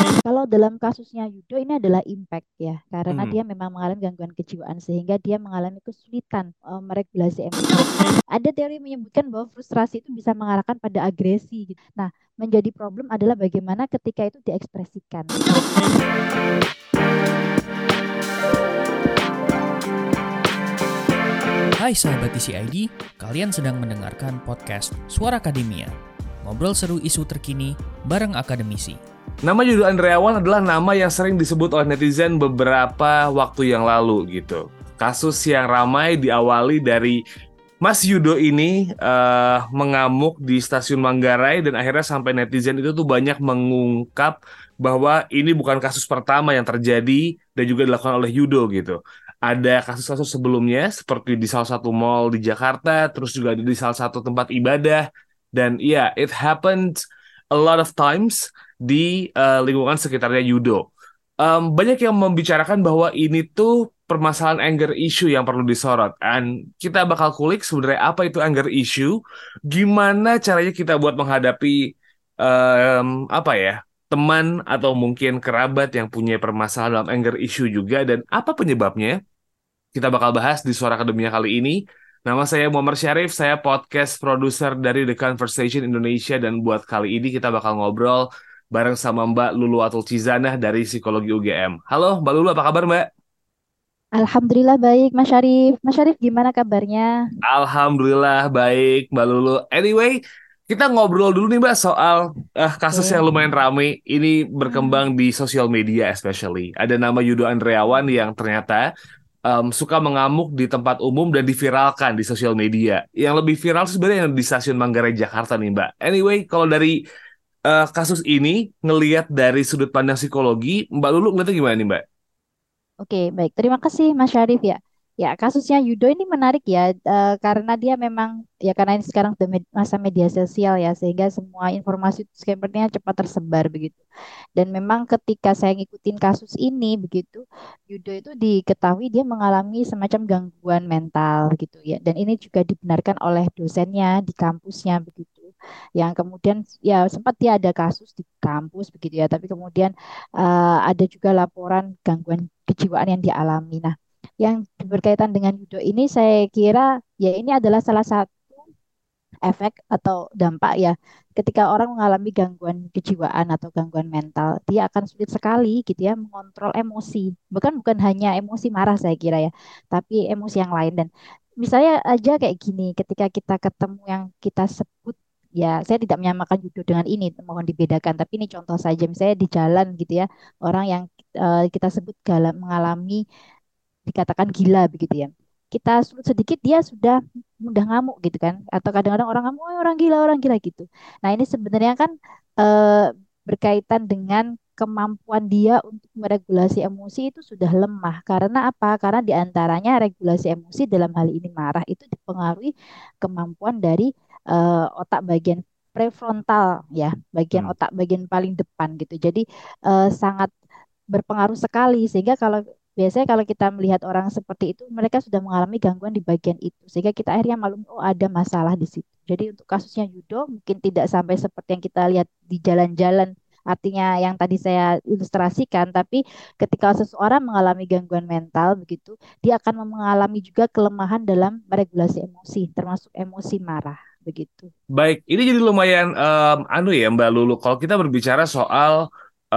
Kalau dalam kasusnya Yudo ini adalah impact ya, karena Hmm. dia memang mengalami gangguan kejiwaan sehingga dia mengalami kesulitan meregulasi emosi. Ada teori menyebutkan bahwa frustrasi itu bisa mengarahkan pada agresi gitu. Nah, menjadi problem adalah bagaimana ketika itu diekspresikan. Hai sahabat TCID, kalian sedang mendengarkan podcast Suara Akademia. Ngobrol seru isu terkini bareng akademisi. Nama Yudo Andriawan adalah nama yang sering disebut oleh netizen beberapa waktu yang lalu gitu. Kasus yang ramai diawali dari Mas Yudo ini mengamuk di stasiun Manggarai dan akhirnya sampai netizen itu tuh banyak mengungkap bahwa ini bukan kasus pertama yang terjadi dan juga dilakukan oleh Yudo gitu. Ada kasus-kasus sebelumnya seperti di salah satu mall di Jakarta, terus juga ada di salah satu tempat ibadah dan iya, it happened a lot of times di lingkungan sekitarnya Yudo. Banyak yang membicarakan bahwa ini tuh permasalahan anger issue yang perlu disorot. Dan kita bakal kulik sebenarnya apa itu anger issue, gimana caranya kita buat menghadapi apa ya, teman atau mungkin kerabat yang punya permasalahan dalam anger issue juga, dan apa penyebabnya. Kita bakal bahas di Suara Akademia kali ini. Nama saya Muhammad Syarif, saya podcast produser dari The Conversation Indonesia, dan buat kali ini kita bakal ngobrol bareng sama Mbak Lulu Atul Cizanah dari Psikologi UGM. Halo Mbak Lulu, apa kabar Mbak? Alhamdulillah baik, Mas Syarif. Mas Syarif gimana kabarnya? Alhamdulillah baik Mbak Lulu. Anyway, kita ngobrol dulu nih Mbak soal kasus yang Oke. lumayan rame. Ini Hmm. berkembang di sosial media especially. Ada nama Yudo Andriawan yang ternyata suka mengamuk di tempat umum dan diviralkan di sosial media. Yang lebih viral sebenarnya yang di stasiun Manggarai Jakarta nih Mbak. Anyway, kalau dari kasus ini ngelihat dari sudut pandang psikologi, Mbak Lulu ngeliatnya gimana nih Mbak? Oke, baik. Terima kasih Mas Syarif ya. Ya, kasusnya Yudo ini menarik ya, karena dia memang ya karena ini sekarang sudah masa media sosial ya, sehingga semua informasi itu sepertinya cepat tersebar begitu. Dan memang ketika saya ngikutin kasus ini begitu, Yudo itu diketahui dia mengalami semacam gangguan mental gitu ya. Dan ini juga dibenarkan oleh dosennya di kampusnya begitu. Yang kemudian ya sempat dia ada kasus di kampus begitu ya, tapi kemudian ada juga laporan gangguan kejiwaan yang dialami. Nah, yang berkaitan dengan judo ini saya kira ya ini adalah salah satu efek atau dampak ya ketika orang mengalami gangguan kejiwaan atau gangguan mental, dia akan sulit sekali gitu ya mengontrol emosi. Bukan hanya emosi marah saya kira ya, tapi emosi yang lain. Dan misalnya aja kayak gini, ketika kita ketemu yang kita sebut ya, saya tidak menyamakan judo dengan ini, mohon dibedakan. Tapi ini contoh saja, misalnya di jalan gitu ya, orang yang kita sebut mengalami dikatakan gila begitu ya. Kita sulut sedikit dia sudah mudah ngamuk gitu kan. Atau kadang-kadang orang ngamuk, "Oh, orang gila gitu." Nah, ini sebenarnya kan berkaitan dengan kemampuan dia untuk meregulasi emosi itu sudah lemah. Karena apa? Karena diantaranya regulasi emosi dalam hal ini marah itu dipengaruhi kemampuan dari otak bagian prefrontal ya, bagian Hmm. otak bagian paling depan gitu. Jadi sangat berpengaruh sekali sehingga biasanya kalau kita melihat orang seperti itu mereka sudah mengalami gangguan di bagian itu sehingga kita akhirnya maklum oh ada masalah di situ. Jadi untuk kasusnya judo mungkin tidak sampai seperti yang kita lihat di jalan-jalan artinya yang tadi saya ilustrasikan tapi ketika seseorang mengalami gangguan mental begitu dia akan mengalami juga kelemahan dalam meregulasi emosi termasuk emosi marah begitu. Baik, ini jadi lumayan anu ya Mbak Lulu. Kalau kita berbicara soal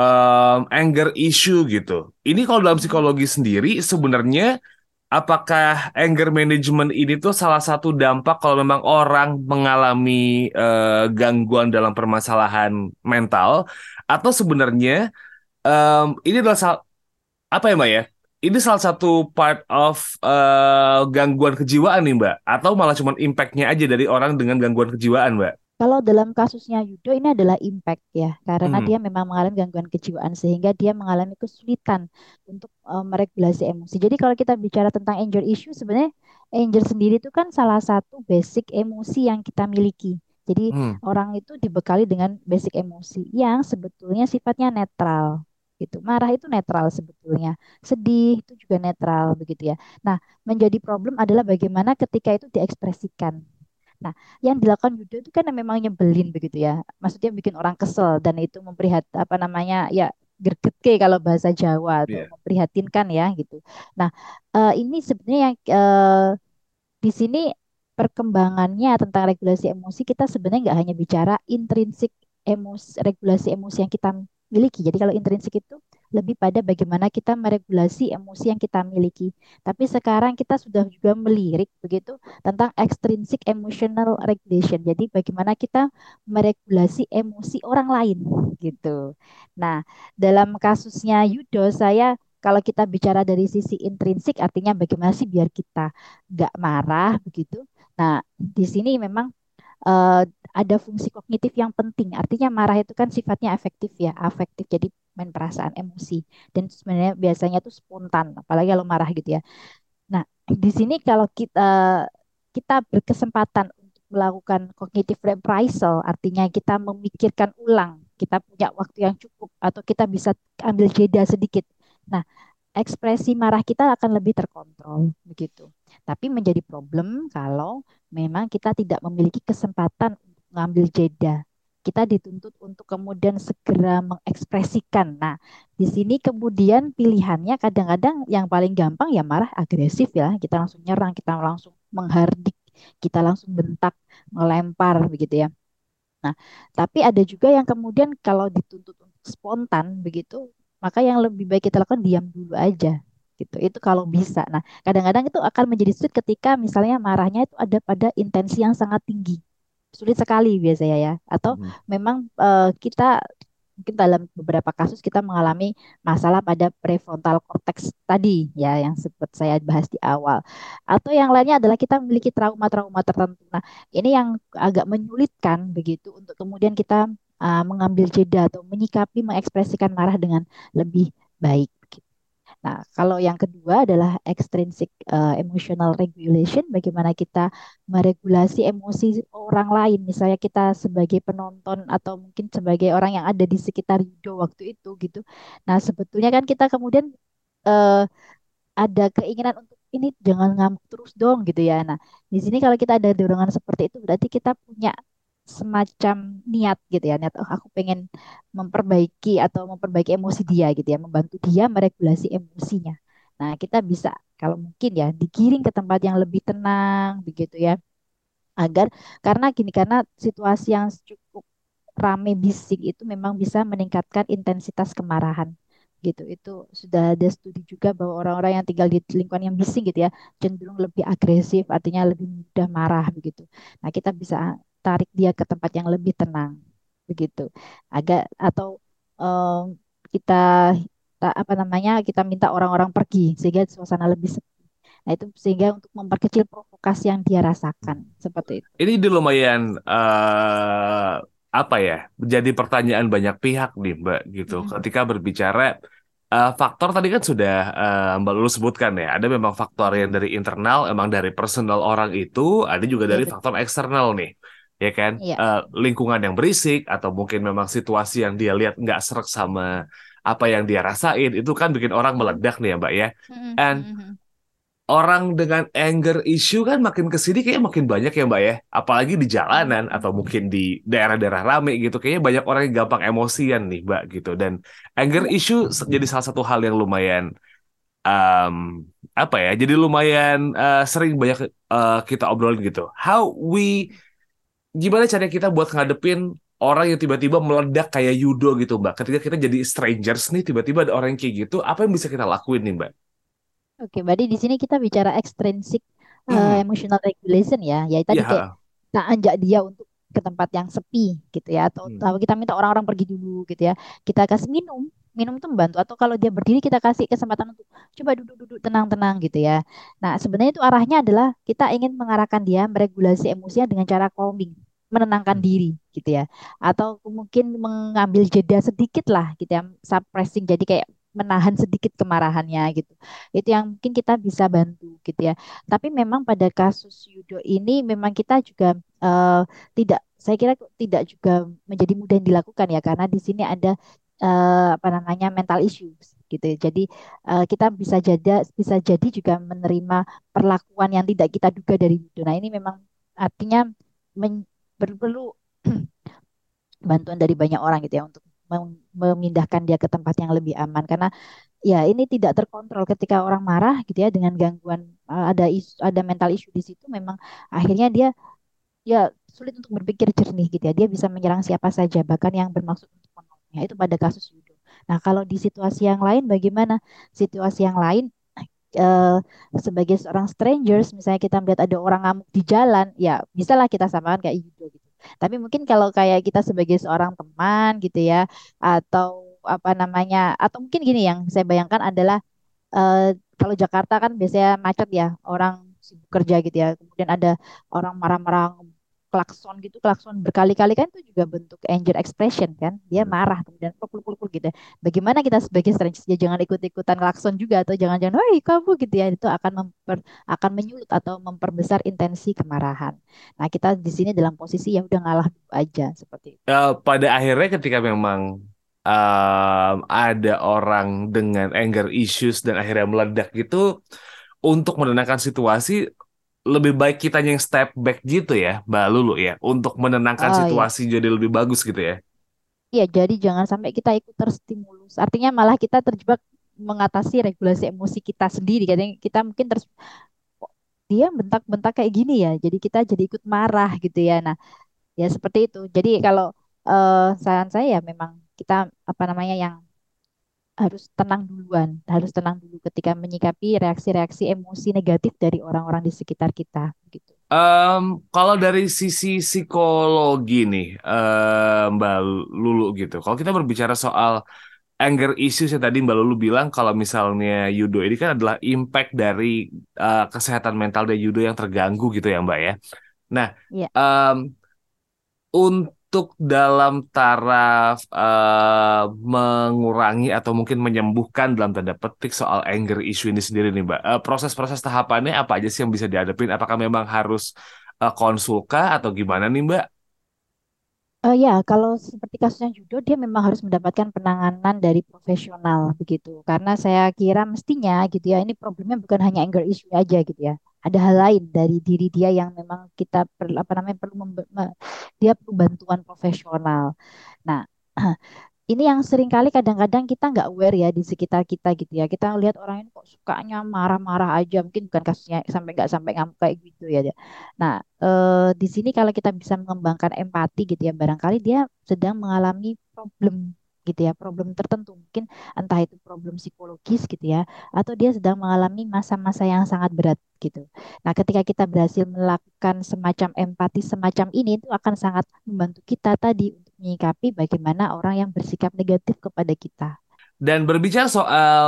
anger issue gitu, ini kalau dalam Mm-mm. psikologi sendiri sebenarnya apakah anger management ini tuh salah satu dampak kalau memang orang mengalami gangguan dalam permasalahan mental, atau sebenarnya ini adalah apa ya Mbak ya? Ini salah satu part of gangguan kejiwaan nih Mbak, atau malah cuma impactnya aja dari orang dengan gangguan kejiwaan Mbak? Kalau dalam kasusnya Yudo ini adalah impact ya, karena Hmm. dia memang mengalami gangguan kejiwaan sehingga dia mengalami kesulitan untuk meregulasi emosi. Jadi kalau kita bicara tentang anger issue, sebenarnya anger sendiri itu kan salah satu basic emosi yang kita miliki. Jadi Hmm. orang itu dibekali dengan basic emosi yang sebetulnya sifatnya netral. Gitu. Marah itu netral sebetulnya. Sedih itu juga netral begitu ya. Nah, menjadi problem adalah bagaimana ketika itu diekspresikan. Nah, yang dilakukan Yuda itu kan memang nyebelin begitu ya. Maksudnya bikin orang kesel dan itu apa namanya ya gregetke kalau bahasa Jawa atau Iya. memprihatinkan ya gitu. Nah, ini sebenarnya yang di sini perkembangannya tentang regulasi emosi kita sebenarnya nggak hanya bicara intrinsik emosi, regulasi emosi yang kita miliki. Jadi kalau intrinsik itu lebih pada bagaimana kita meregulasi emosi yang kita miliki. Tapi sekarang kita sudah juga melirik begitu tentang extrinsic emotional regulation. Jadi bagaimana kita meregulasi emosi orang lain gitu. Nah, dalam kasusnya Yudo, saya kalau kita bicara dari sisi intrinsik artinya bagaimana sih biar kita nggak marah begitu. Nah, di sini memang eh, ada fungsi kognitif yang penting. Artinya marah itu kan sifatnya afektif ya, afektif jadi main perasaan emosi dan sebenarnya biasanya tuh spontan, apalagi kalau marah gitu ya. Nah, di sini kalau kita kita berkesempatan untuk melakukan cognitive reprisal, artinya kita memikirkan ulang, kita punya waktu yang cukup atau kita bisa ambil jeda sedikit. Nah, ekspresi marah kita akan lebih terkontrol begitu. Tapi menjadi problem kalau memang kita tidak memiliki kesempatan untuk mengambil jeda. Kita dituntut untuk kemudian segera mengekspresikan. Nah, di sini kemudian pilihannya kadang-kadang yang paling gampang ya marah agresif ya. Kita langsung nyerang, kita langsung menghardik, kita langsung bentak, melempar begitu ya. Nah, tapi ada juga yang kemudian kalau dituntut untuk spontan begitu, maka yang lebih baik kita lakukan diam dulu aja gitu. Itu kalau bisa. Nah, kadang-kadang itu akan menjadi sulit ketika misalnya marahnya itu ada pada intensi yang sangat tinggi. Sulit sekali biasanya ya. Atau Mhm. memang kita mungkin dalam beberapa kasus kita mengalami masalah pada prefrontal cortex tadi ya yang sempat saya bahas di awal. Atau yang lainnya adalah kita memiliki trauma-trauma tertentu. Nah, ini yang agak menyulitkan begitu untuk kemudian kita mengambil jeda atau menyikapi mengekspresikan marah dengan lebih baik. Nah, kalau yang kedua adalah extrinsic emotional regulation, bagaimana kita meregulasi emosi orang lain, misalnya kita sebagai penonton atau mungkin sebagai orang yang ada di sekitar Yudo waktu itu gitu. Nah, sebetulnya kan kita kemudian eh, ada keinginan untuk ini jangan ngamuk terus dong gitu ya. Nah, di sini kalau kita ada dorongan seperti itu berarti kita punya semacam niat gitu ya, niat oh aku pengen memperbaiki atau memperbaiki emosi dia gitu ya, membantu dia meregulasi emosinya. Nah, kita bisa kalau mungkin ya digiring ke tempat yang lebih tenang begitu ya, agar karena gini karena situasi yang cukup rame bising itu memang bisa meningkatkan intensitas kemarahan gitu. Itu sudah ada studi juga bahwa orang-orang yang tinggal di lingkungan yang bising gitu ya cenderung lebih agresif, artinya lebih mudah marah begitu. Nah, kita bisa tarik dia ke tempat yang lebih tenang begitu. Agak atau em, kita apa namanya kita minta orang-orang pergi sehingga suasana lebih sepi. Nah, itu sehingga untuk memperkecil provokasi yang dia rasakan seperti itu. Ini dia lumayan apa ya? Menjadi pertanyaan banyak pihak nih, Mbak gitu. Mm-mm. Ketika berbicara faktor tadi kan sudah Mbak Lulu sebutkan ya. Ada memang faktor yang Mm-mm. dari internal, emang dari personal orang itu, ada juga Iya dari betul. faktor eksternal nih. Ya kan? Iya. Lingkungan yang berisik atau mungkin memang situasi yang dia lihat nggak serak sama apa yang dia rasain itu kan bikin orang Mm-mm. meledak nih ya, Mbak ya. Mm-mm. And Mm-mm. orang dengan anger issue kan makin ke sini kayak makin banyak ya Mbak ya. Apalagi di jalanan atau Mm-mm. mungkin di daerah-daerah rame gitu. Kayaknya banyak orang yang gampang emosian nih Mbak gitu. Dan anger Iya. issue jadi salah satu hal yang lumayan um, apa ya. Jadi lumayan sering banyak kita obrolin gitu. Gimana cara kita buat ngadepin orang yang tiba-tiba meledak kayak Yudo gitu Mbak. Ketika kita jadi strangers nih tiba-tiba ada orang yang kayak gitu. Apa yang bisa kita lakuin nih Mbak? Oke, berarti di sini kita bicara extrinsic Hmm, emotional regulation ya. Ya tadi kayak iya. kita ajak dia untuk ke tempat yang sepi gitu ya, Hmm. atau kita minta orang-orang pergi dulu gitu ya. Kita kasih minum, minum itu membantu. Atau kalau dia berdiri kita kasih kesempatan untuk coba duduk-duduk tenang-tenang gitu ya. Nah, sebenarnya itu arahnya adalah kita ingin mengarahkan dia meregulasi emosinya dengan cara calming, menenangkan Hmm. diri gitu ya. Atau mungkin mengambil jeda sedikit lah gitu ya, suppressing. Jadi kayak menahan sedikit kemarahannya gitu. Itu yang mungkin kita bisa bantu gitu ya. Tapi memang pada kasus Yudo ini memang kita juga tidak, saya kira tidak juga menjadi mudah yang dilakukan ya karena di sini ada apa namanya mental issues gitu. Jadi kita bisa jadi juga menerima perlakuan yang tidak kita duga dari Yudo. Nah, ini memang artinya perlu bantuan dari banyak orang gitu ya untuk memindahkan dia ke tempat yang lebih aman karena ya ini tidak terkontrol ketika orang marah gitu ya dengan gangguan ada mental issue di situ memang akhirnya dia ya sulit untuk berpikir jernih gitu ya. Dia bisa menyerang siapa saja bahkan yang bermaksud untuk menolongnya itu pada kasus Yudo. Nah, kalau di situasi yang lain bagaimana? Situasi yang lain eh, sebagai seorang strangers misalnya kita melihat ada orang ngamuk di jalan, ya bisalah kita samakan kayak Yudo gitu. Tapi mungkin kalau kayak kita sebagai seorang teman gitu ya atau apa namanya atau mungkin gini yang saya bayangkan adalah kalau Jakarta kan biasanya macet ya, orang sibuk kerja gitu ya. Kemudian ada orang marah-marah klakson gitu, klakson berkali-kali kan itu juga bentuk anger expression kan. Dia marah kemudian peluk peluk peluk gitu ya. Bagaimana kita sebagai strangers ya jangan ikut-ikutan klakson juga atau jangan-jangan, "Hei, kamu," gitu ya. Itu akan menyulut atau memperbesar intensi kemarahan. Nah, kita di sini dalam posisi ya udah ngalah dulu aja seperti itu. Pada akhirnya ketika memang ada orang dengan anger issues dan akhirnya meledak gitu, untuk menenangkan situasi lebih baik kita yang step back gitu ya, Mbak Lulu ya, untuk menenangkan Oh ya. situasi jadi lebih bagus gitu ya. Iya, jadi jangan sampai kita ikut terstimulus. Artinya malah kita terjebak mengatasi regulasi emosi kita sendiri. Kadang kita mungkin "Kok dia bentak-bentak kayak gini ya." Jadi kita jadi ikut marah gitu ya. Nah, ya seperti itu. Jadi kalau saran saya ya memang kita apa namanya yang harus tenang duluan, harus tenang dulu ketika menyikapi reaksi-reaksi emosi negatif dari orang-orang di sekitar kita gitu. Em, Kalau dari sisi psikologi nih, Mbak Lulu gitu. Kalau kita berbicara soal anger issues yang tadi Mbak Lulu bilang kalau misalnya Yudo ini kan adalah impact dari kesehatan mental dan Yudo yang terganggu gitu ya Mbak ya. Nah, Iya. em, untuk dalam taraf mengurangi atau mungkin menyembuhkan dalam tanda petik soal anger issue ini sendiri nih Mbak. Proses-proses tahapannya apa aja sih yang bisa dihadapin? Apakah memang harus konsulkah atau gimana nih Mbak? Ya, kalau seperti kasusnya judo, dia memang harus mendapatkan penanganan dari profesional begitu. Karena saya kira mestinya gitu ya, ini problemnya bukan hanya anger issue aja gitu ya. Ada hal lain dari diri dia yang memang kita perlu apa namanya perlu dia perlu bantuan profesional. Nah, ini yang sering kali kadang-kadang kita nggak aware ya di sekitar kita gitu ya. Kita lihat orang ini kok sukanya marah-marah aja. Mungkin bukan kasusnya sampai ngamuk kayak gitu ya. Nah, di sini kalau kita bisa mengembangkan empati gitu ya, barangkali dia sedang mengalami problem gitu ya, problem tertentu. Mungkin entah itu problem psikologis gitu ya, atau dia sedang mengalami masa-masa yang sangat berat gitu. Nah, ketika kita berhasil melakukan semacam empati semacam ini, itu akan sangat membantu kita tadi untuk menyikapi bagaimana orang yang bersikap negatif kepada kita. Dan berbicara soal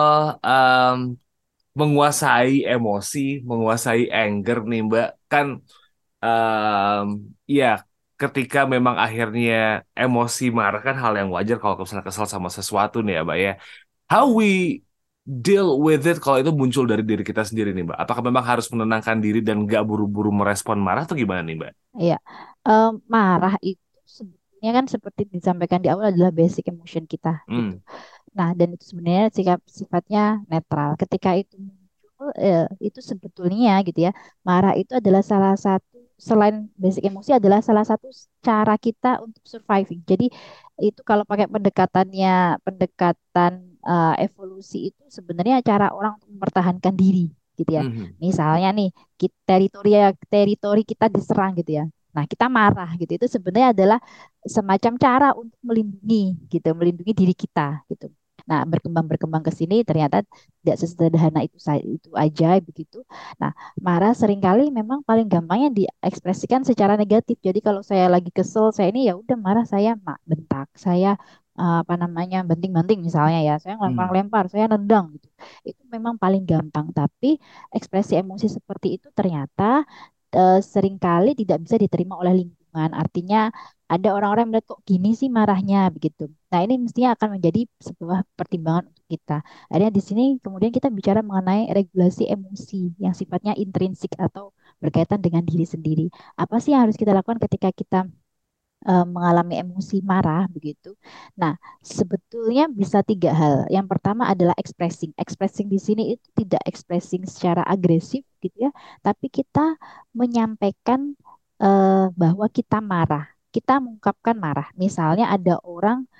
menguasai emosi, menguasai anger nih Mbak, kan em, ya ketika memang akhirnya emosi marah kan hal yang wajar kalau misalnya kesal sama sesuatu nih ya Mbak ya. How Hmm. we deal with it kalau itu muncul dari diri kita sendiri nih Mbak? Apakah memang harus menenangkan diri dan gak buru-buru merespon marah atau gimana nih Mbak? Iya. Marah itu sebetulnya kan seperti disampaikan di awal adalah basic emotion kita gitu. Hmm. Nah, dan itu sebenarnya sifatnya netral. Ketika itu muncul, itu sebetulnya gitu ya, marah itu adalah salah satu selain basic emosi adalah salah satu cara kita untuk surviving. Jadi itu kalau pakai pendekatan evolusi itu sebenarnya cara orang untuk mempertahankan diri gitu ya. Mhm. Misalnya nih, teritori kita diserang gitu ya. Nah, kita marah gitu. Itu sebenarnya adalah semacam cara untuk melindungi gitu, melindungi diri kita gitu. Nah, berkembang ke sini ternyata tidak sesederhana itu aja begitu. Nah, marah seringkali memang paling gampangnya diekspresikan secara negatif. Jadi kalau saya lagi kesel, saya ini ya udah marah, saya bentak, saya apa namanya banting-banting misalnya ya, saya Hmm. ngelempar-lempar, saya nendang gitu. Itu memang paling gampang. Tapi ekspresi emosi seperti itu ternyata seringkali tidak bisa diterima oleh lingkungan. Artinya ada orang-orang yang melihat kok gini sih marahnya begitu. Nah, ini mestinya akan menjadi sebuah pertimbangan untuk kita. Akhirnya di sini kemudian kita bicara mengenai regulasi emosi yang sifatnya intrinsik atau berkaitan dengan diri sendiri. Apa sih yang harus kita lakukan ketika kita mengalami emosi marah begitu. Nah, sebetulnya bisa tiga hal. Yang pertama adalah expressing. Expressing di sini itu tidak expressing secara agresif gitu ya, tapi kita menyampaikan bahwa kita marah. Kita mengungkapkan marah. Misalnya ada orang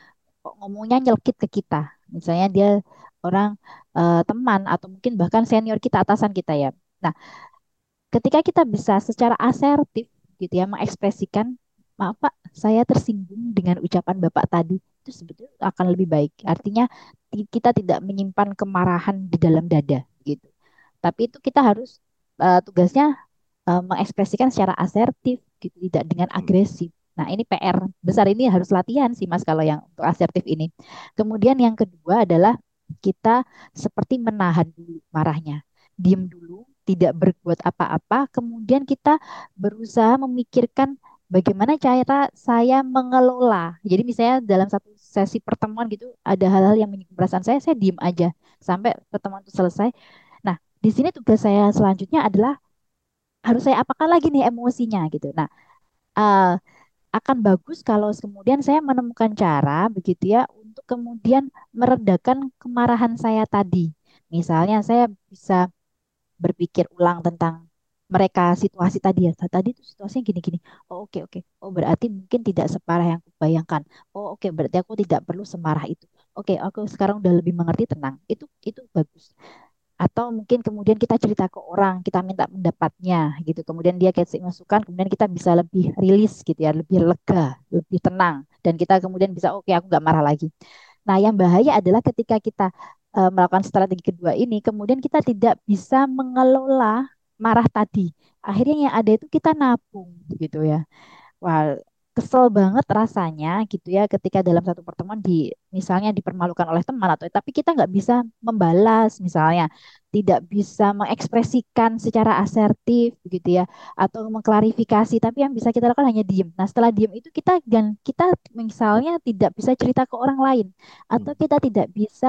kok ngomongnya nyelkit ke kita. Misalnya dia orang teman atau mungkin bahkan senior kita, atasan kita ya. Nah, ketika kita bisa secara asertif gitu ya mengekspresikan, maaf Pak, saya tersinggung dengan ucapan Bapak tadi, itu sebetulnya akan lebih baik. Artinya kita tidak menyimpan kemarahan di dalam dada gitu. Tapi itu kita harus tugasnya mengekspresikan secara asertif gitu, tidak dengan agresif. Nah, ini PR besar, ini harus latihan sih Mas kalau yang untuk asertif ini. Kemudian yang kedua adalah kita seperti menahan dulu marahnya. Diem dulu, tidak berbuat apa-apa, kemudian kita berusaha memikirkan bagaimana cara saya mengelola. Jadi misalnya dalam satu sesi pertemuan gitu ada hal-hal yang menyinggung perasaan saya diem aja sampai pertemuan itu selesai. Nah, di sini tugas saya selanjutnya adalah harus saya apakan lagi nih emosinya gitu. Nah, eh, akan bagus kalau kemudian saya menemukan cara begitu ya untuk kemudian meredakan kemarahan saya tadi. Misalnya saya bisa berpikir ulang tentang mereka situasi tadi ya. Tadi itu situasinya gini-gini. Oh oke oke. Oh berarti mungkin tidak separah yang kubayangkan. Oh oke berarti aku tidak perlu semarah itu. Oke, aku sekarang udah lebih mengerti, tenang. Itu bagus. Atau mungkin kemudian kita cerita ke orang, kita minta pendapatnya gitu, kemudian dia kasih masukan, kemudian kita bisa lebih rilis gitu ya, lebih lega, lebih tenang, dan kita kemudian bisa oke aku nggak marah lagi. Nah yang bahaya adalah ketika kita melakukan strategi kedua ini kemudian kita tidak bisa mengelola marah tadi, akhirnya yang ada itu kita nabung gitu ya. Wah, kesel banget rasanya gitu ya ketika dalam satu pertemuan misalnya dipermalukan oleh teman atau tapi kita nggak bisa membalas misalnya, tidak bisa mengekspresikan secara asertif begitu ya atau mengklarifikasi, tapi yang bisa kita lakukan hanya diem. Nah, setelah diem itu kita misalnya tidak bisa cerita ke orang lain atau kita tidak bisa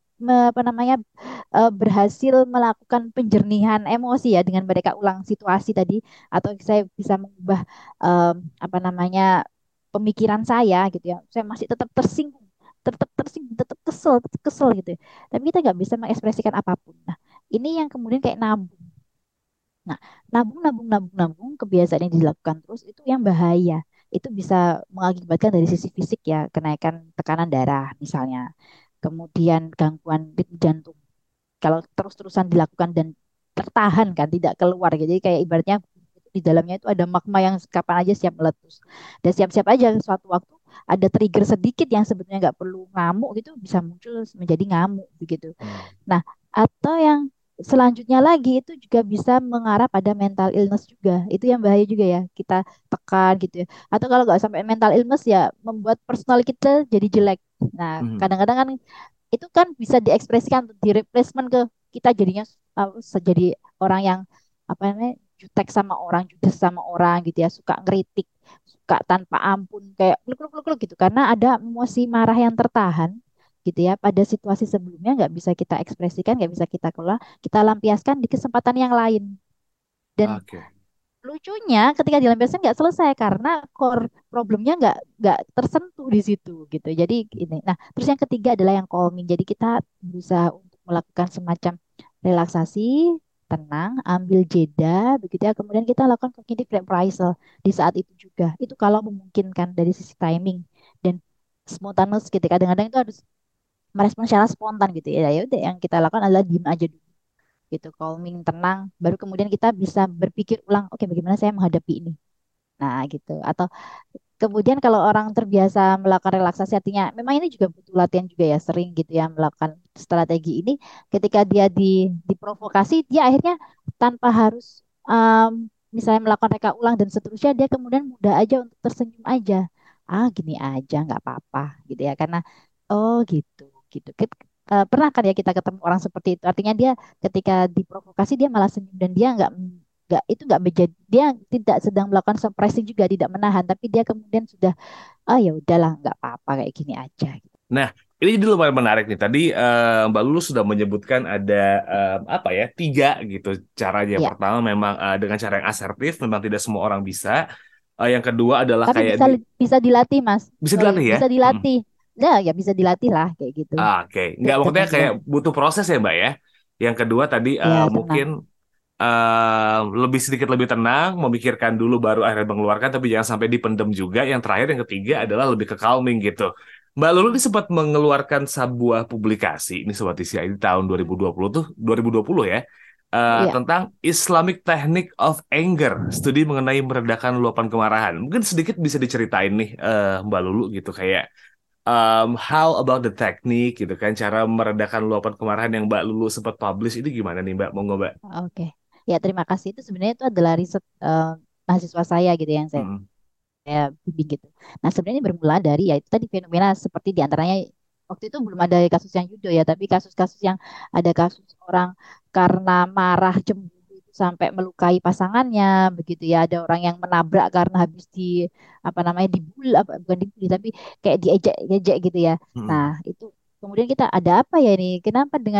apa namanya berhasil melakukan penjernihan emosi ya dengan mereka ulang situasi tadi, atau saya bisa mengubah em, apa namanya pemikiran saya gitu ya, saya masih tetap kesel gitu ya. Tapi kita nggak bisa mengekspresikan apapun. Nah, ini yang kemudian kayak nabung. Nah, nabung kebiasaan yang dilakukan terus itu yang bahaya. Itu bisa mengakibatkan dari sisi fisik ya, kenaikan tekanan darah misalnya, kemudian gangguan ritme jantung kalau terus-terusan dilakukan dan tertahan kan tidak keluar gitu. Jadi kayak ibaratnya di dalamnya itu ada magma yang kapan aja siap meletus. Dan siap-siap aja suatu waktu ada trigger sedikit yang sebetulnya nggak perlu ngamuk gitu bisa muncul menjadi ngamuk begitu. Nah, atau yang selanjutnya lagi itu juga bisa mengarah pada mental illness juga. Itu yang bahaya juga ya. Kita tekan gitu ya. Atau kalau nggak sampai mental illness ya membuat personal kita jadi jelek. Nah, Hmm. kadang-kadang kan itu kan bisa diekspresikan di replacement ke kita jadinya jadi orang yang apa namanya jutek sama orang, judes sama orang gitu ya, suka ngeritik, suka tanpa ampun kayak kluk gitu karena ada emosi marah yang tertahan gitu ya pada situasi sebelumnya nggak bisa kita ekspresikan, nggak bisa kita kelola, kita lampiaskan di kesempatan yang lain. Dan Oke. lucunya ketika dilampiaskan nggak selesai karena core problemnya nggak tersentuh di situ gitu. Jadi ini. Nah, terus yang ketiga adalah yang calming. Jadi kita berusaha untuk melakukan semacam relaksasi, tenang, ambil jeda, begitu ya. Kemudian kita lakukan cognitive reprisal di saat itu juga. Itu kalau memungkinkan dari sisi timing dan spontaneous gitu. Kadang-kadang itu harus merespon secara spontan gitu ya. Ya udah yang kita lakukan adalah diem aja dulu gitu, calming, tenang, baru kemudian kita bisa berpikir ulang, oke bagaimana saya menghadapi ini. Nah, gitu. Atau kemudian kalau orang terbiasa melakukan relaksasi, artinya memang ini juga butuh latihan juga ya, sering gitu ya melakukan strategi ini. Ketika dia diprovokasi, dia akhirnya tanpa harus misalnya melakukan reka ulang dan seterusnya, dia kemudian mudah aja untuk tersenyum aja. Ah, gini aja, nggak apa-apa gitu ya, karena oh gitu, gitu. Pernah kan ya kita ketemu orang seperti itu. Artinya dia ketika diprovokasi dia malah senyum dan dia nggak itu nggak menjadi, dia tidak sedang melakukan suppressing juga, tidak menahan, tapi dia kemudian sudah ah ya udahlah nggak apa-apa kayak gini aja gitu. Nah, ini jadi lumayan menarik nih. Tadi Mbak Lulu sudah menyebutkan ada apa ya, tiga gitu caranya. Yang Ya, pertama memang dengan cara yang asertif, memang tidak semua orang bisa. Yang kedua adalah tapi kayak bisa dilatih Mas. bisa Sorry, dilatih ya. bisa dilatih. Ya, ya bisa dilatih lah kayak gitu. Oke, nggak maksudnya Dengan kayak dilatih. butuh proses ya, Mbak ya. Yang kedua tadi Ya, mungkin tenang. lebih sedikit lebih tenang, memikirkan dulu baru akhirnya mengeluarkan, tapi jangan sampai dipendem juga. Yang terakhir, yang ketiga adalah lebih ke calming gitu. Mbak Lulu ini sempat mengeluarkan sebuah publikasi ini Sobat TCI di tahun 2020 tuh 2020 ya, Ya, tentang Islamic Technique of Anger, studi mengenai meredakan luapan kemarahan. Mungkin sedikit bisa diceritain nih Mbak Lulu gitu kayak how about the technique gitu kan, cara meredakan luapan kemarahan yang Mbak Lulu sempat publish ini gimana nih Mbak? Monggo Mbak. oke. Ya, terima kasih. Itu sebenarnya itu adalah riset mahasiswa saya gitu yang Mm-mm. saya bimbing gitu. Nah, sebenarnya ini bermula dari ya itu tadi fenomena seperti diantaranya waktu itu belum ada kasus yang judo ya, tapi kasus-kasus yang ada kasus orang karena marah cemburu itu sampai melukai pasangannya begitu ya. Ada orang yang menabrak karena habis di apa namanya dibully, apa bukan dibully tapi kayak diejek-ejek gitu ya. Nah, Mm-mm. itu kemudian kita ada apa ya ini? Kenapa dengan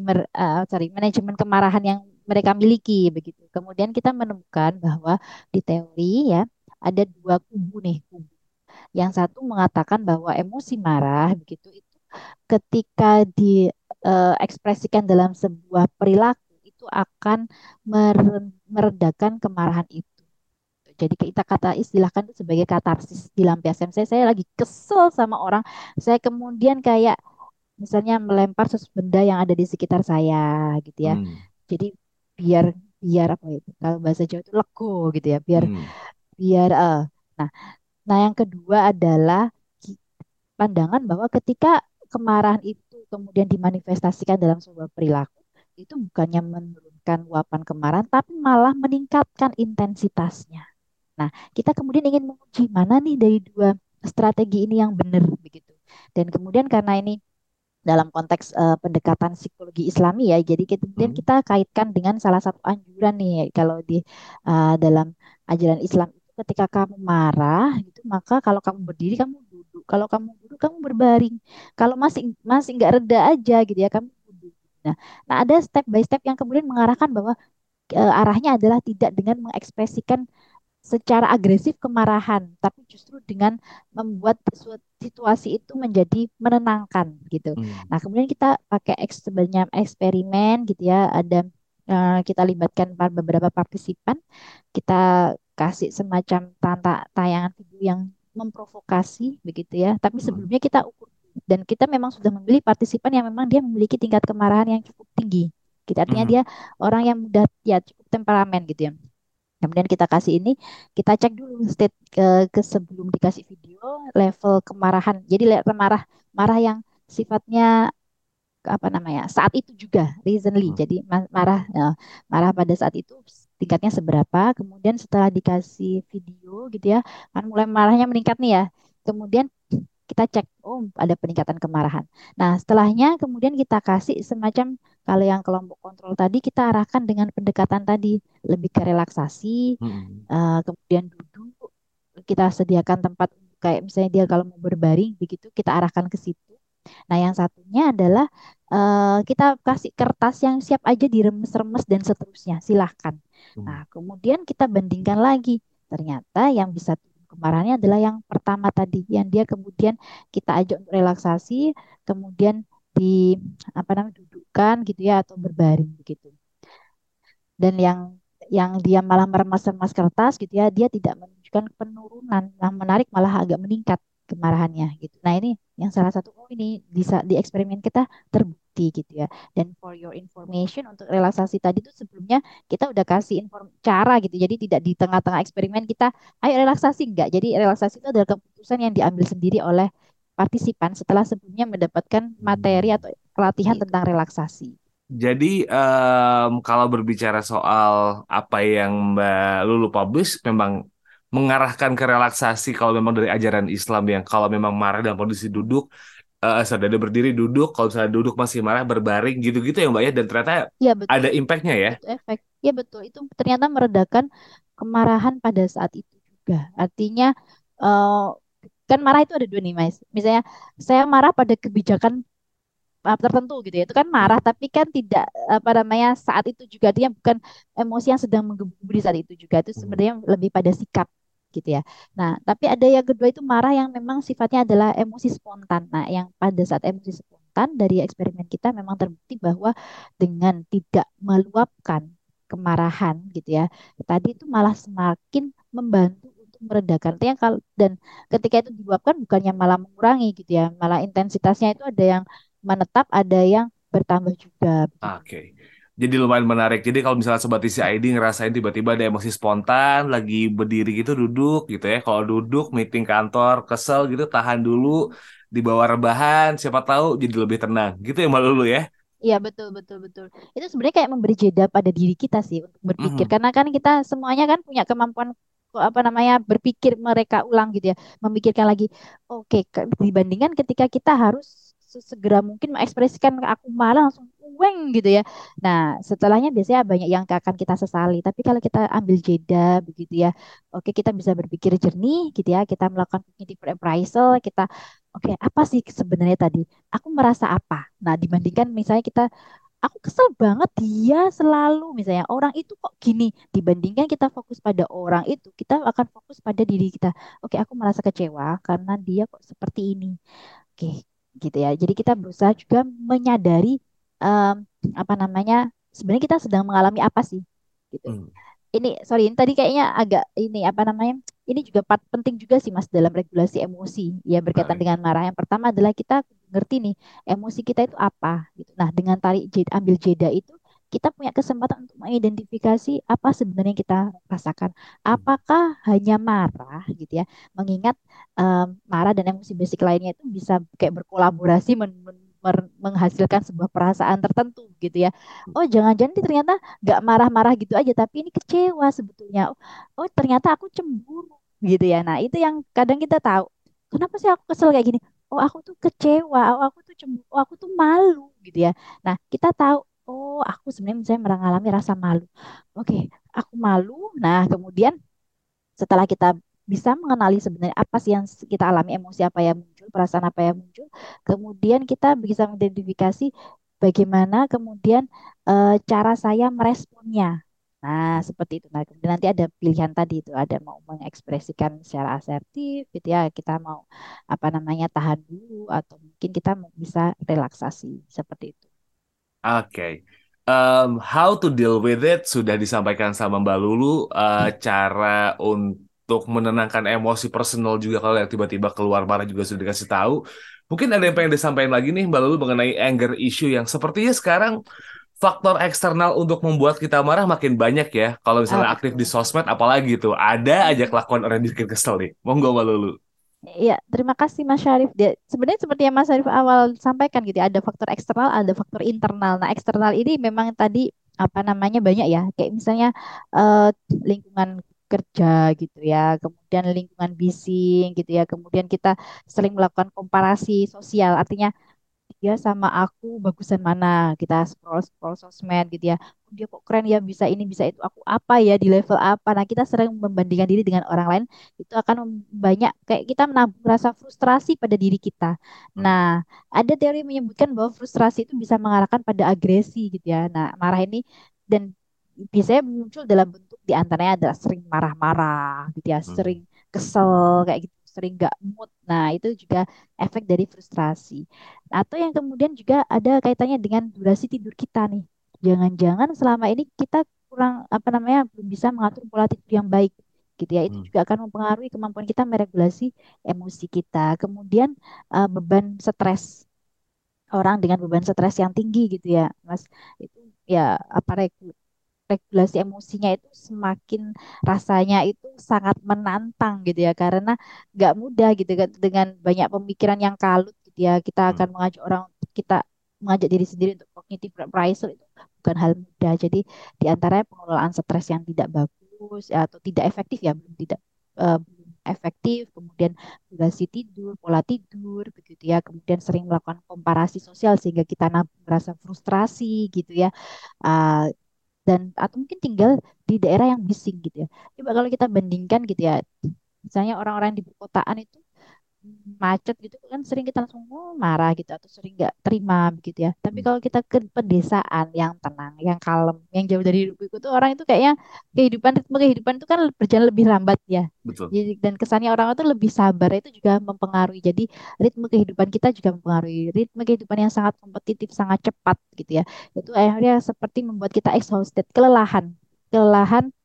manajemen kemarahan yang mereka miliki begitu. Kemudian kita menemukan bahwa di teori ya ada dua kubu nih kubu. Yang satu mengatakan bahwa emosi marah begitu itu ketika diekspresikan dalam sebuah perilaku itu akan meredakan kemarahan itu. Jadi kita istilahkan itu sebagai katarsis dilampiaskan. Saya lagi kesel sama orang, saya kemudian kayak misalnya melempar sesuatu benda yang ada di sekitar saya gitu ya. Mm. Jadi biar biar apa itu? Kalau bahasa Jawa itu lego gitu ya, biar Mm. biar nah Nah, yang kedua adalah ki- pandangan bahwa ketika kemarahan itu kemudian dimanifestasikan dalam sebuah perilaku, itu bukannya menurunkan luapan kemarahan, tapi malah meningkatkan intensitasnya. Nah, kita kemudian ingin menguji mana nih dari dua strategi ini yang benar begitu. Dan kemudian karena ini dalam konteks pendekatan psikologi Islami ya, jadi kemudian Mm. kita kaitkan dengan salah satu anjuran nih kalau di dalam ajaran Islam itu ketika kamu marah gitu maka kalau kamu berdiri kamu duduk, kalau kamu duduk kamu berbaring, kalau masih masih nggak reda aja gitu ya kamu duduk. Nah, nah ada step by step yang kemudian mengarahkan bahwa arahnya adalah tidak dengan mengekspresikan secara agresif kemarahan, tapi justru dengan membuat situasi itu menjadi menenangkan gitu. Mm. Nah, kemudian kita pakai sebanyak eksperimen gitu ya, ada kita libatkan beberapa partisipan, kita kasih semacam tayangan video yang memprovokasi begitu ya, tapi Mm. sebelumnya kita ukur dan kita memang sudah memilih partisipan yang memang dia memiliki tingkat kemarahan yang cukup tinggi. Gitu. Artinya Mm. dia orang yang mudah ya cukup temperamen gitu ya. Kemudian kita kasih ini, kita cek dulu state ke sebelum dikasih video level kemarahan. Jadi marah marah yang sifatnya apa namanya saat itu juga recently. Mm. Jadi marah pada saat itu tingkatnya seberapa. Kemudian setelah dikasih video gitu ya, kan mulai marahnya meningkat nih ya. Kemudian kita cek, oh ada peningkatan kemarahan. Nah, setelahnya kemudian kita kasih semacam kalau yang kelompok kontrol tadi kita arahkan dengan pendekatan tadi lebih ke relaksasi, Mm. kemudian duduk, kita sediakan tempat kayak misalnya dia kalau mau berbaring begitu kita arahkan ke situ. Nah, yang satunya adalah kita kasih kertas yang siap aja diremes-remes dan seterusnya. Silahkan. Nah, Mm. kemudian kita bandingkan lagi. Ternyata yang bisa turun kemarahannya adalah yang pertama tadi, yang dia kemudian kita ajak untuk relaksasi, kemudian di apa namanya dudukkan gitu ya atau berbaring begitu. Dan yang dia malah meremas-remas kertas gitu ya, dia tidak menunjukkan penurunan. Yang menarik malah agak meningkat kemarahannya gitu. Nah, ini yang salah satu oh ini bisa di eksperimen kita terbukti gitu ya. Dan for your information untuk relaksasi tadi tuh sebelumnya kita udah kasih cara gitu. Jadi tidak di tengah-tengah eksperimen kita ayo relaksasi enggak. Jadi relaksasi itu adalah keputusan yang diambil sendiri oleh partisipan setelah sebelumnya mendapatkan materi Mm. atau pelatihan J- tentang relaksasi. Jadi kalau berbicara soal apa yang Mbak Lulu publish memang mengarahkan ke relaksasi kalau memang dari ajaran Islam yang kalau memang marah dalam kondisi duduk, sadar berdiri duduk, kalau misalnya duduk masih marah berbaring gitu-gitu ya Mbak ya, dan ternyata Ya ada betul. impactnya ya. Itu efek. Ya betul, itu ternyata meredakan kemarahan pada saat itu juga. Artinya eh, kan marah itu ada dua nih, Mas. Misalnya saya marah pada kebijakan tertentu gitu ya. Itu kan marah, Hmm. tapi kan tidak apa namanya saat itu juga artinya bukan emosi yang sedang menggebu-gebu di saat itu juga. Itu Hmm. sebenarnya lebih pada sikap gitu ya. Nah, tapi ada yang kedua itu marah yang memang sifatnya adalah emosi spontan. Nah, yang pada saat emosi spontan dari eksperimen kita memang terbukti bahwa dengan tidak meluapkan kemarahan gitu ya, tadi itu malah semakin membantu untuk meredakan. Artinya kalau dan ketika itu diluapkan bukannya malah mengurangi gitu ya, malah intensitasnya itu ada yang menetap, ada yang bertambah juga begitu. Oke. Jadi lumayan menarik. Jadi kalau misalnya sobat isi ID ngerasain tiba-tiba ada emosi spontan, lagi berdiri gitu duduk gitu ya. Kalau duduk meeting kantor kesel gitu tahan dulu di bawah rebahan, siapa tahu jadi lebih tenang. Gitu ya Mbak Lulu ya. Iya betul betul betul. Itu sebenarnya kayak memberi jeda pada diri kita sih untuk berpikir. Mhm. Karena kan kita semuanya kan punya kemampuan apa namanya berpikir mereka ulang gitu ya, memikirkan lagi. Oke, dibandingkan ketika kita harus segera mungkin mengekspresikan aku malah langsung weng gitu ya. Nah, setelahnya biasanya banyak yang akan kita sesali. Tapi kalau kita ambil jeda begitu ya, oke kita bisa berpikir jernih gitu ya. Kita melakukan cognitive appraisal, kita oke apa sih sebenarnya tadi? Aku merasa apa? Nah, dibandingkan misalnya kita, aku kesel banget dia selalu misalnya orang itu kok gini. Dibandingkan kita fokus pada orang itu, kita akan fokus pada diri kita. Oke, aku merasa kecewa karena dia kok seperti ini. Oke, gitu ya. Jadi kita berusaha juga menyadari em, apa namanya, sebenarnya kita sedang mengalami apa sih, gitu. Hmm. Ini sorry, ini tadi kayaknya agak ini apa namanya? Ini juga part penting juga sih Mas dalam regulasi emosi ya berkaitan Menarik. dengan marah. Yang pertama adalah kita ngerti nih emosi kita itu apa gitu. Nah, dengan tarik jeda, ambil jeda itu kita punya kesempatan untuk mengidentifikasi apa sebenarnya yang kita rasakan. Hmm. Apakah hanya marah gitu ya? Mengingat marah dan emosi basic lainnya itu bisa kayak berkolaborasi menghasilkan sebuah perasaan tertentu gitu ya. Oh, jangan-jangan ini ternyata nggak marah-marah gitu aja, tapi ini kecewa sebetulnya. Oh, oh, ternyata aku cemburu gitu ya. Nah, itu yang kadang kita tahu. Kenapa sih aku kesel kayak gini? Oh, aku tuh kecewa. Oh, aku tuh cemburu. Oh, aku tuh malu gitu ya. Nah, kita tahu. Oh, aku sebenarnya misalnya mengalami rasa malu. Oke, aku malu. Nah, kemudian setelah kita bisa mengenali sebenarnya apa sih yang kita alami, emosi apa yang muncul, perasaan apa yang muncul, kemudian kita bisa mengidentifikasi bagaimana kemudian cara saya meresponnya. Nah, seperti itu. Nah, kemudian nanti ada pilihan tadi itu, ada mau mengekspresikan secara asertif, gitu ya, kita mau apa namanya tahan dulu, atau mungkin kita bisa relaksasi, seperti itu. Oke. How to deal with it sudah disampaikan sama Mbak Lulu. Cara untuk menenangkan emosi personal juga kalau yang tiba-tiba keluar marah juga sudah dikasih tahu. Mungkin ada yang pengen disampaikan lagi nih Mbak Lulu mengenai anger issue yang sepertinya sekarang faktor eksternal untuk membuat kita marah makin banyak ya. Kalau Ah, misalnya aktif di betul. sosmed apalagi tuh. Ada aja Mm-mm. kelakuan orang yang bikin kesel nih. Monggo Mbak Lulu. Iya, terima kasih Mas Syarif. Dia sebenarnya seperti yang Mas Syarif awal sampaikan gitu ya, ada faktor eksternal, ada faktor internal. Nah, eksternal ini memang tadi apa namanya banyak ya, kayak misalnya eh, lingkungan kerja gitu ya, kemudian lingkungan bising gitu ya, kemudian kita sering melakukan komparasi sosial, artinya dia sama aku bagusan mana, kita scroll scroll sosmed gitu ya. "Oh, dia kok keren ya bisa ini bisa itu, aku apa ya di level apa." Nah, kita sering membandingkan diri dengan orang lain, itu akan banyak kayak kita menabung rasa frustrasi pada diri kita. Hmm. Nah, ada teori menyebutkan bahwa frustrasi itu bisa mengarahkan pada agresi gitu ya. Nah, marah ini dan biasanya muncul dalam bentuk diantaranya adalah sering marah-marah gitu ya, sering Hmm. kesel kayak gitu, sering gak mood. Nah, itu juga efek dari frustrasi. Atau yang kemudian juga ada kaitannya dengan durasi tidur kita nih. Jangan-jangan selama ini kita kurang apa namanya belum bisa mengatur pola tidur yang baik gitu ya. Itu Hmm. juga akan mempengaruhi kemampuan kita meregulasi emosi kita. Kemudian beban stres. Orang dengan beban stres yang tinggi gitu ya, Mas. Itu ya apa regulasi emosinya itu semakin rasanya itu sangat menantang gitu ya karena nggak mudah gitu kan dengan banyak pemikiran yang kalut gitu ya kita Hmm. akan mengajak orang kita mengajak diri sendiri untuk cognitive appraisal itu bukan hal mudah jadi di antaranya pengelolaan stres yang tidak bagus ya, atau tidak efektif ya belum efektif kemudian durasi tidur pola tidur begitu ya kemudian sering melakukan komparasi sosial sehingga kita merasa frustrasi gitu ya. Ah, dan atau mungkin tinggal di daerah yang bising gitu ya. Coba kalau kita bandingkan gitu ya, misalnya orang-orang di perkotaan itu macet gitu kan sering kita langsung marah gitu atau sering nggak terima begitu ya. Tapi Hmm. kalau kita ke pedesaan yang tenang, yang kalem, yang jauh dari hiruk pikuk itu orang itu kayaknya ritme kehidupan itu kan berjalan lebih lambat ya. Betul. Jadi, dan kesannya orang itu lebih sabar itu juga mempengaruhi. Jadi ritme kehidupan kita juga mempengaruhi. Ritme kehidupan yang sangat kompetitif, sangat cepat gitu ya. Itu akhirnya seperti membuat kita exhausted, kelelahan, kelelahan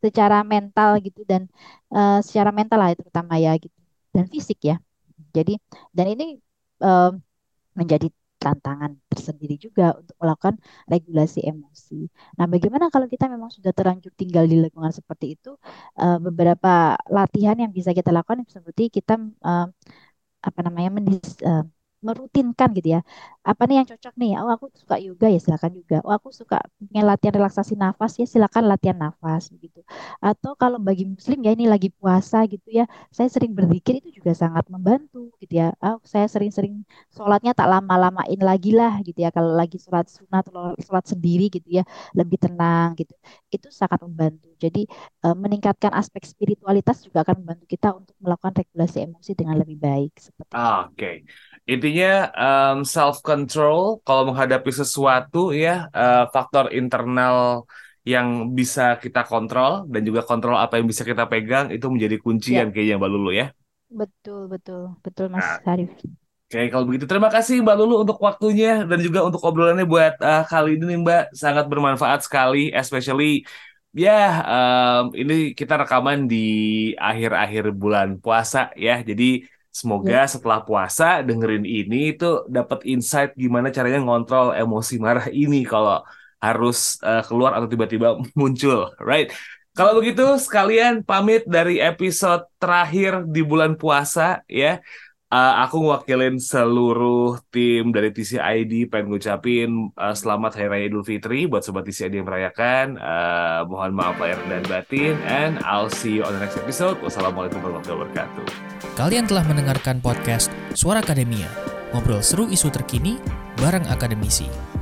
secara mental gitu dan secara mental lah terutama ya gitu dan fisik ya. Jadi dan ini eh, menjadi tantangan tersendiri juga untuk melakukan regulasi emosi. Nah, bagaimana kalau kita memang sudah terlanjur tinggal di lingkungan seperti itu? Beberapa latihan yang bisa kita lakukan seperti kita apa namanya merutinkan gitu ya. Apa nih yang cocok nih? Oh, aku suka yoga ya silakan yoga. Oh, aku suka pengen latihan relaksasi nafas ya silakan latihan nafas begitu. Atau kalau bagi muslim ya ini lagi puasa gitu ya, saya sering berzikir itu juga sangat membantu gitu ya. Oh, saya sering-sering sholatnya tak lama-lamain lagi lah gitu ya. Kalau lagi sholat sunat atau sholat sendiri gitu ya, lebih tenang gitu. Itu sangat membantu. Jadi meningkatkan aspek spiritualitas juga akan membantu kita untuk melakukan regulasi emosi dengan lebih baik seperti itu. Oke. Intinya self control kalau menghadapi sesuatu ya, faktor internal yang bisa kita kontrol dan juga kontrol apa yang bisa kita pegang itu menjadi kuncian Ya, kayaknya Mbak Lulu ya. betul, betul, betul Mas Nah, Harif. oke, kalau begitu terima kasih Mbak Lulu untuk waktunya dan juga untuk obrolannya buat kali ini nih Mbak. Sangat bermanfaat sekali, especially ya ini kita rekaman di akhir-akhir bulan puasa ya. Jadi semoga Ya, setelah puasa dengerin ini itu dapat insight gimana caranya ngontrol emosi marah ini kalau harus keluar atau tiba-tiba muncul, right? Kalau begitu sekalian pamit dari episode terakhir di bulan puasa ya. Aku ngewakilin seluruh tim dari TCID pengen ngucapin selamat Hari Raya Idul Fitri buat Sobat TCID yang merayakan. Mohon maaf lahir dan batin, and I'll see you on the next episode. Wassalamualaikum warahmatullahi wabarakatuh. Kalian telah mendengarkan podcast Suara Akademia, ngobrol seru isu terkini bareng akademisi.